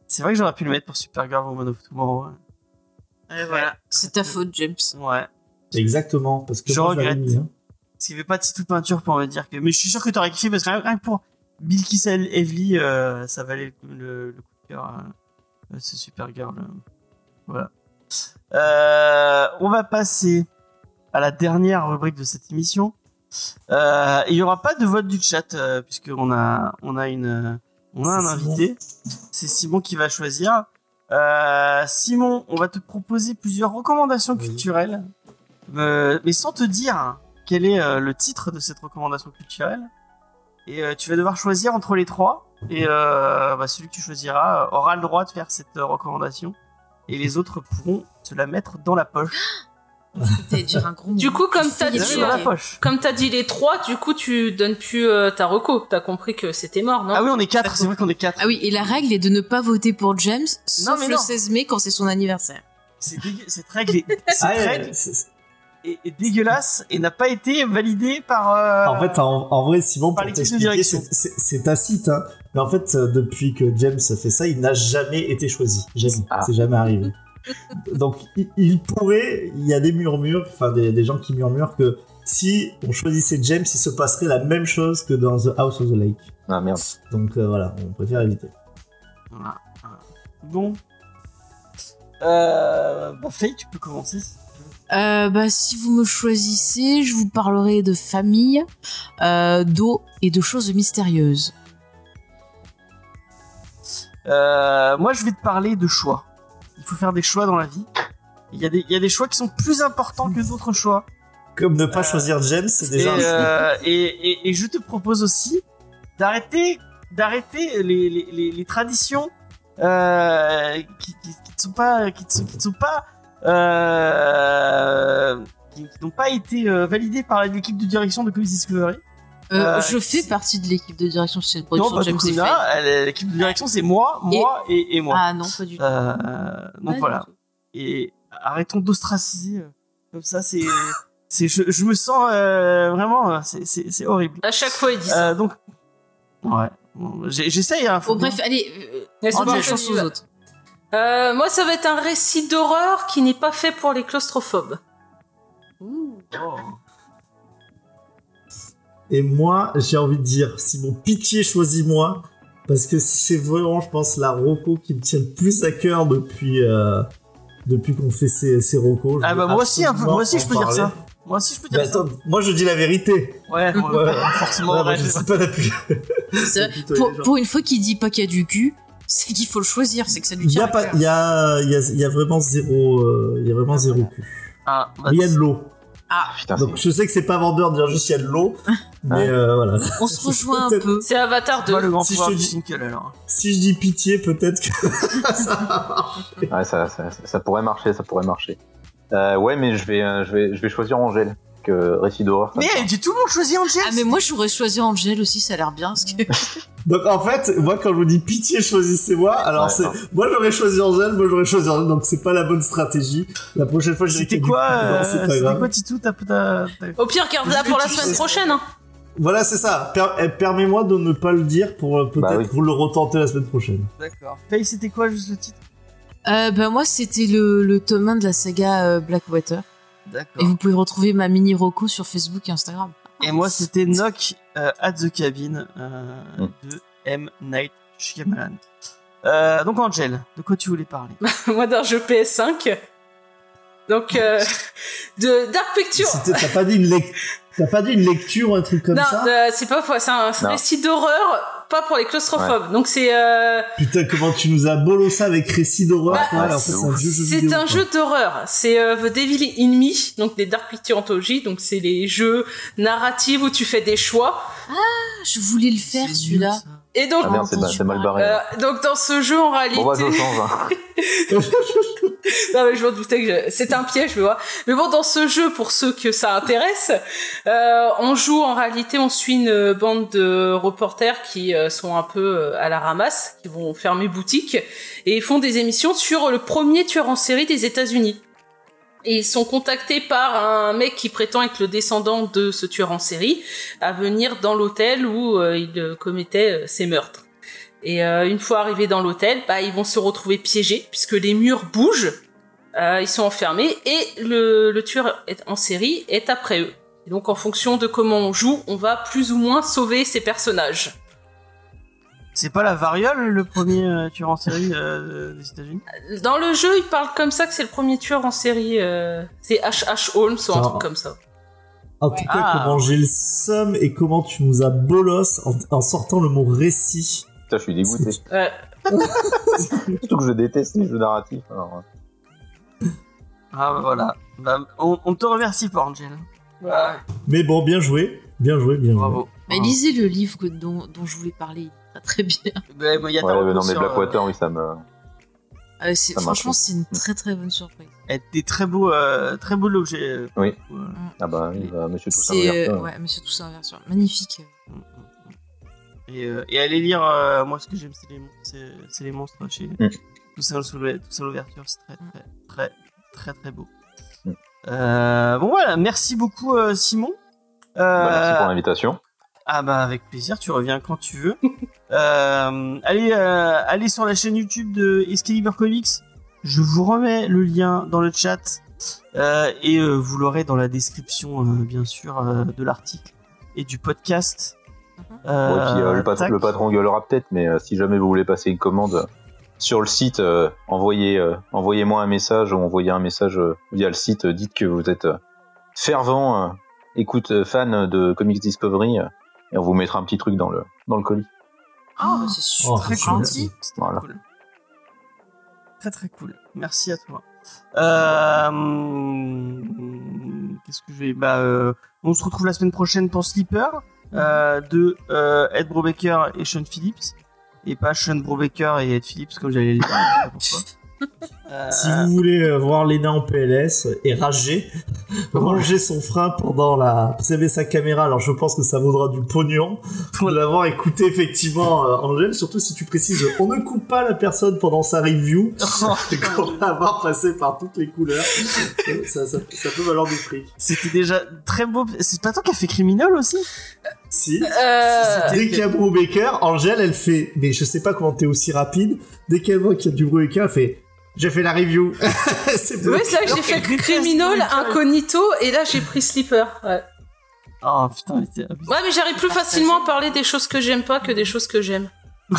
C'est vrai que j'aurais pu le mettre pour Supergirl Woman of Tomorrow. Et voilà. C'est ta faute, James. Ouais. Exactement, parce que Je moi, regrette. j'avais mis, hein. Parce qu'il n'y avait pas de Titou Peinture pour me dire que. Mais je suis sûr que t'aurais kiffé parce que rien, rien que pour Bill Kissel Evely, euh, ça valait le, le, le coup de cœur. Euh, ce Supergirl. Euh, voilà. Euh, on va passer à la dernière rubrique de cette émission. Euh, il n'y aura pas de vote du chat euh, puisqu'on a, on a, une, on a un invité. C'est Simon qui va choisir. Euh, Simon, on va te proposer plusieurs recommandations Oui. culturelles, euh, mais sans te dire quel est euh, le titre de cette recommandation culturelle. Et euh, tu vas devoir choisir entre les trois. Et euh, bah, celui que tu choisiras euh, aura le droit de faire cette euh, recommandation. Et les autres pourront se la mettre dans la poche. T'allais dire un gros Du mot. coup, comme Ça t'as y est, dit, Dans la ok. poche. Comme t'as dit les trois, du coup, tu donnes plus euh, ta reco. T'as compris que c'était mort, non? Ah oui, on est quatre. C'est vrai qu'on est quatre. Ah oui, et la règle est de ne pas voter pour James, sauf mais le non. seize mai quand c'est son anniversaire. C'est dégueu- cette règle, est, cette Ah, ouais, règle c'est- est, est dégueulasse et n'a pas été validée par. Euh... En fait, en, en vrai, Simon, par pour l'équipe de t'expliquer, direction. c'est- c'est c'est tacite, hein. Mais en fait, euh, depuis que James fait ça, il n'a jamais été choisi. Jamais. Ah. C'est jamais arrivé. Donc, il, il pourrait, il y a des murmures, enfin, des, des gens qui murmurent que si on choisissait James, il se passerait la même chose que dans The House of the Lake. Ah merde. Donc, euh, voilà, on préfère éviter. Voilà. Voilà. Bon. Euh... Bah, Faye, tu peux commencer. Euh, bah, si vous me choisissez, je vous parlerai de famille, euh, d'eau et de choses mystérieuses. Euh, moi, je vais te parler de choix. Il faut faire des choix dans la vie. Il y a des, il y a des choix qui sont plus importants que d'autres choix. Comme ne pas Euh, choisir James, c'est Et, déjà un choix. euh, et, et, et je te propose aussi d'arrêter, d'arrêter les, les, les, les traditions euh, qui, qui, qui ne sont pas, qui ne sont, qui ne sont pas, euh, qui, qui n'ont pas été euh, validées par l'équipe de direction de Comics Discovery. Euh, Euh, je fais si- partie de l'équipe de direction sur cette Non, production pas de James du et coup, là, Faye. elle- l'équipe de direction c'est moi, moi et, et moi. Ah non, pas du tout. Euh, donc Pas du voilà. tout. Et arrêtons d'ostraciser euh, comme ça. C'est, c'est, je, je me sens euh, vraiment, euh, c'est, c'est, c'est horrible. À chaque fois, il dit ça. Euh, donc, ouais, Bon, j'ai- j'essaye. Hein, faut Bon, bref, allez, euh, Laisse-moi rends la je chance y aux vais. autres. Euh, moi, ça va être un récit d'horreur qui n'est pas fait pour les claustrophobes. Oh. Et moi, j'ai envie de dire, Simon, pitié, choisis-moi. Parce que c'est vraiment, je pense, la Rocco qui me tient le plus à cœur depuis, euh, depuis qu'on fait ces, ces Rocco. Je Ah veux bah moi aussi, un peu, absolument moi aussi je en peux dire parler. ça. Moi aussi je peux Bah, dire ça. attends, moi je dis la vérité. Ouais, ouais, Ouais. forcément. Ouais, ouais, moi, je je- sais pas d'appuyer. C'est- plutôt Pour, les gens. pour une fois qu'il dit pas qu'il y a du cul, c'est qu'il faut le choisir, c'est que ça lui Il y tient a à pas, cœur. il y a, il y a, il y a vraiment zéro, euh, il y a vraiment zéro cul. Ah, bah, Mais il y a de l'eau. Putain, Donc c'est- je sais que c'est pas vendeur de dire juste il y a de l'eau, mais euh, voilà. On se rejoint un Peut-être- peu. C'est Avatar c'est pas deux. le grand Si je pouvoir te du dis- Single alors. Si je dis pitié, peut-être que ça ouais, ça, ça, ça pourrait marcher, ça pourrait marcher. Euh, ouais, mais je vais, euh, je vais, je vais choisir Angèle. Que récit d'horreur. ça me Mais parle. j'ai tout le monde choisi Angel. Ah mais moi j'aurais choisi Angel aussi, ça a l'air bien. Parce que... Donc en fait, moi quand je vous dis pitié, choisissez-moi. Alors Ouais, c'est, non. moi j'aurais choisi Angèle, moi j'aurais choisi Angèle, donc c'est pas la bonne stratégie. La prochaine fois, je dirais C'était qu'il y a du quoi, cul. Non, euh, c'est pas c'était grave. quoi Titou t'as, t'as, t'as- Au pire, garde-la pour la semaine prochaine. Hein. Voilà, c'est ça. Per- eh, permets-moi de ne pas le dire pour euh, peut-être Bah oui. vous le retenter la semaine prochaine. D'accord. Faye, c'était quoi juste le titre? Euh, bah moi c'était le, le tome un de la saga euh, Blackwater. D'accord. Et vous pouvez retrouver ma mini Rocco sur Facebook et Instagram. Et moi, c'était Knock euh, at the Cabin euh, Mm. de M. Night Shyamalan. Euh, donc, Angel, de quoi tu voulais parler? Moi, d'un jeu P S cinq. Donc, euh, de Dark Pictures. C'était- T'as pas dit une lec- t'as pas dit une lecture ou un truc comme Non, ça euh, c'est pas c'est un, c'est un Non. récit d'horreur, pas pour les claustrophobes. Donc c'est euh, Putain, comment tu nous as bolossé avec récit d'horreur. Bah, quoi. ouais, Alors, ça, c'est c'est un ouf. vieux jeu c'est vidéo, un quoi. jeu d'horreur. C'est euh, The Devil in Me, donc des Dark Pictures Anthology. Donc c'est les jeux narratifs où tu fais des choix. Ah, je voulais le faire C'est celui-là. nul, ça. Et donc, Ah merde, c'est, entendu c'est mal parler. barré. euh, donc dans ce jeu en réalité, Bon bah je change. Hein. non mais je m'en doutais que je- c'était un piège, mais vois. Mais bon, dans ce jeu, pour ceux que ça intéresse, euh, on joue en réalité, on suit une bande de reporters qui euh, sont un peu euh, à la ramasse, qui vont fermer boutique et ils font des émissions sur le premier tueur en série des États-Unis. Et ils sont contactés par un mec qui prétend être le descendant de ce tueur en série à venir dans l'hôtel où euh, il euh, commettait euh, ses meurtres. Et euh, une fois arrivés dans l'hôtel, bah, ils vont se retrouver piégés puisque les murs bougent, euh, ils sont enfermés et le, le tueur est, en série est après eux. Et donc en fonction de comment on joue, on va plus ou moins sauver ces personnages. C'est pas la variole, le premier euh, tueur en série euh, des États-Unis? Dans le jeu, ils parlent comme ça que c'est le premier tueur en série. Euh, c'est H H Holmes ou un Ah. truc comme ça. En tout cas, Ah. comment j'ai le seum et comment tu nous as bolos en, en sortant le mot récit. Putain, je suis dégoûté. Ouais. Surtout que je déteste les jeux narratifs. Alors... Ah bah voilà. Bah, on, on te remercie pas, Angel. Ouais. Mais bon, bien joué, bien joué, bien joué. Bravo. Mais Bravo. lisez le livre que- dont, dont je voulais parler, il est très bien. Bah, moi, y a ta Ouais, reco mais non, mais sur, Blackwater, oui, ça me. Euh, c'est- Ça m'a franchement, plu. c'est une très très bonne surprise. euh, des très beaux, euh, très beau l'objet. euh, Oui. voilà. Ah bah, oui, bah, monsieur Toussaint C'est Louverture. euh, ouais, Monsieur Toussaint Louverture, magnifique. Et, euh, et allez lire, euh, moi ce que j'aime, c'est les, mon- c'est, c'est les monstres chez Mm. Toussaint Toussaint Louverture, c'est très très très très très beau. Mm. Euh, bon voilà, merci beaucoup euh, Simon. Euh, Bah, merci pour l'invitation. Ah bah avec plaisir, tu reviens quand tu veux. euh, allez, euh, allez sur la chaîne YouTube de Excalibur Comics. Je vous remets le lien dans le chat euh, et euh, vous l'aurez dans la description, euh, bien sûr, euh, de l'article et du podcast. Euh, Ouais, puis, euh, le, patron, tac. le patron gueulera peut-être, mais euh, si jamais vous voulez passer une commande euh, sur le site, euh, envoyez, euh, envoyez-moi un message ou envoyez un message euh, via le site. euh, dites que vous êtes euh, fervent, euh, écoute, euh, fan de Comics Discovery, euh, et on vous mettra un petit truc dans le, dans le colis. Ah, bah, c'est super Oh, Très c'est cool. gentil. C'est très Voilà. cool. Très très cool. Merci à toi. Euh, Qu'est-ce que je vais bah, euh, on se retrouve la semaine prochaine pour Sleeper euh, de euh, Ed Brubaker et Sean Phillips. Et pas Sean Brubaker et Ed Phillips comme j'allais le dire. Je sais pas pourquoi. Euh, Si vous voulez euh, voir Lena en P L S et rager, ranger son frein pendant la... Vous savez, sa caméra, alors je pense que ça vaudra du pognon de l'avoir écouté effectivement, euh, Angèle, surtout si tu précises, on ne coupe pas la personne pendant sa review, et qu'on va avoir passé par toutes les couleurs, ça, ça, ça peut valoir du fric. C'était déjà très beau. C'est pas toi qui a fait Criminal aussi? Si. Euh, Dès qu'il y a Brubaker, Angèle, elle fait, mais je sais pas comment t'es aussi rapide, dès qu'elle voit qu'il y a du Brubaker, elle fait, j'ai fait la review. C'est Oui, c'est vrai que j'ai fait Alors qu'elle Criminal, déteste les Incognito, et là j'ai pris Sleeper. Ouais. Oh putain, mais c'est abusé. Ouais, mais j'arrive plus facilement à parler des choses que j'aime pas que des choses que j'aime.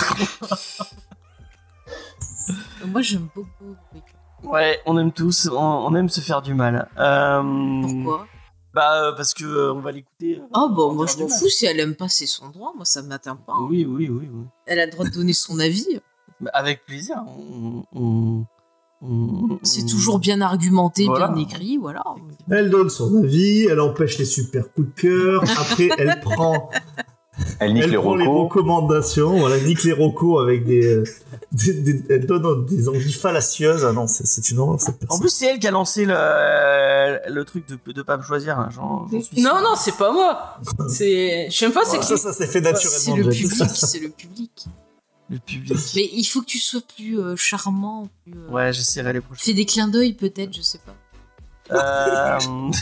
Moi, j'aime beaucoup. Ouais, on aime tous, on, on aime se faire du mal. Euh, Pourquoi Bah euh, parce que euh, on va l'écouter. euh, Ah bon, moi faire je du m'en mal. fous, si elle aime pas, c'est son droit, moi ça m'atteint pas. Oui, oui, oui, oui. Elle a le droit de donner son avis. Bah, avec plaisir. On, on, on- C'est on- toujours bien argumenté, Voilà. bien écrit, voilà. Elle donne son avis, elle empêche les super coups de cœur, après elle prend, Elle nique elle les prend les recos. recommandations, voilà, nique les recos avec des, euh, des, des- elle donne des envies fallacieuses. Ah non, c'est, c'est une horreur cette En personne. plus, c'est elle qui a lancé le, le truc de, de pas me choisir. Hein, j'en, j'en suis Non, sûr. non, c'est pas moi. C'est. Je sais même pas, c'est Voilà, qui. ça, ça s'est fait C'est naturellement. le Jade. public, c'est le public. Le public. Mais il faut que tu sois plus euh, charmant, plus... euh, Ouais, j'essaierai les prochaines. Fais des clins d'œil peut-être, je sais pas. Euh...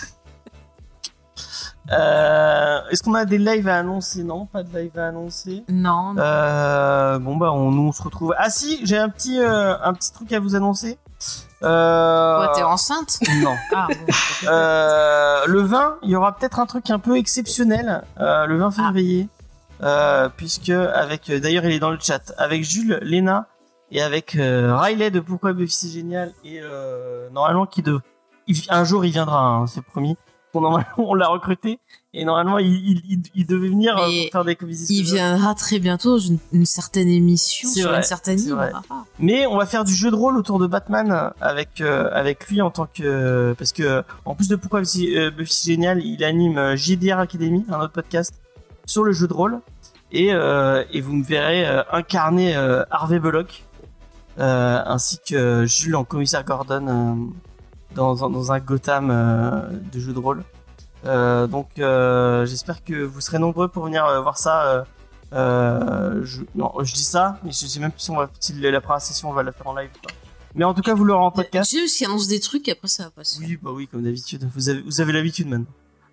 euh, Est-ce qu'on a des lives à annoncer? Non, pas de live à annoncer. Non, non. Euh, bon bah on, nous on se retrouve. Ah si, j'ai un petit euh, un petit truc à vous annoncer. Euh... Quoi, t'es enceinte? Non. Ah bon. Euh, le vingt, il y aura peut-être un truc un peu exceptionnel euh, le vingt février, euh, puisque avec euh, d'ailleurs il est dans le chat avec Jules, Léna et avec euh, Riley de Pourquoi Buffy c'est génial et euh, normalement qui de il- un jour il viendra, hein, c'est promis. Bon, normalement on l'a recruté et normalement il, il, il, il devait venir euh, Mais pour faire des comédies. Il viendra très bientôt dans une, une certaine émission C'est sur vrai, une certaine c'est île. vrai. Ah, ah. Mais on va faire du jeu de rôle autour de Batman avec euh, avec lui en tant que parce que en plus de Pourquoi Buffy euh, Buffy c'est génial, il anime euh, J D R Academy, un autre podcast sur le jeu de rôle et euh, et vous me verrez euh, incarner euh, Harvey Bullock euh, ainsi que Jules en commissaire Gordon euh, dans, dans dans un Gotham euh, de jeu de rôle. Euh, donc euh, j'espère que vous serez nombreux pour venir euh, voir ça. Euh, euh, je, non, je dis ça, mais je sais même plus si, on va, si la première session on va la faire en live ou pas. Mais en tout cas, vous l'aurez en podcast. Tu sais, parce qu'ils annoncent des trucs et après ça va passer. Oui, bah oui, comme d'habitude. Vous avez, vous avez l'habitude maintenant.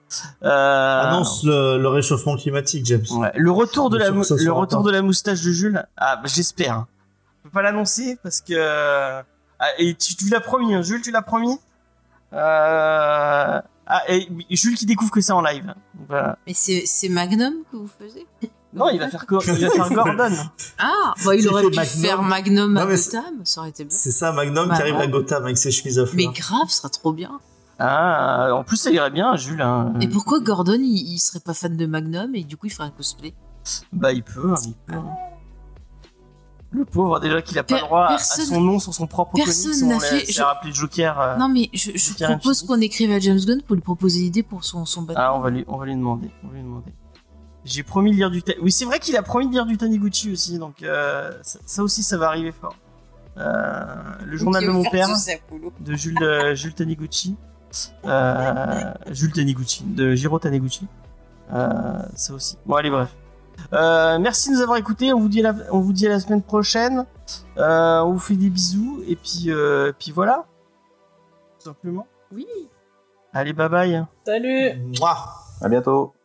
Euh, Annonce le, le réchauffement climatique, James. ouais. Le retour de la, Sûr que ça le sera retour pas. de la moustache de Jules. Ah, bah, j'espère. Je peux pas l'annoncer parce que. Ah, et tu, tu l'as promis, hein, Jules, tu l'as promis. Euh... Ah, et Jules qui découvre que c'est en live. Donc, voilà. Mais c'est, c'est Magnum que vous faisiez? Non, il va faire, co- il va faire Gordon. Ah, bah, il J'ai aurait fait pu Magnum. faire Magnum Non, à mais c'est- Gotham, ça aurait été bien. C'est ça, Magnum Bah, qui arrive ouais. à Gotham avec ses chemises à Mais fleurs. grave, ce serait trop bien. Ah, en plus, ça irait bien, Jules. Hein. Et pourquoi Gordon, il, il serait pas fan de Magnum et du coup il ferait un cosplay? Bah, il peut, hein, il peut. Le pauvre, déjà qu'il a pas Per- le droit personne- à son nom sur son propre personne comics. On n'a l'a- fait- C'est je- rappelé Joker. euh. Non mais je, je Joker propose Infini. qu'on écrive à James Gunn pour lui proposer l'idée pour son, son Batman. Ah, on va lui, on va lui demander. On va lui demander. J'ai promis de lire du. Ta- Oui, c'est vrai qu'il a promis de lire du Taniguchi aussi, donc euh, ça, ça aussi, ça va arriver fort. Euh, le journal de mon père de Jules, euh, Jules Taniguchi. Euh, Jules Taniguchi, de Jiro Taniguchi. Euh, ça aussi. Bon, allez, bref. Euh, merci de nous avoir écoutés. On vous dit à la, on vous dit à la semaine prochaine. Euh, on vous fait des bisous et puis, euh, puis voilà. Tout simplement. Oui. Allez, bye bye. Salut. Mouah. À bientôt.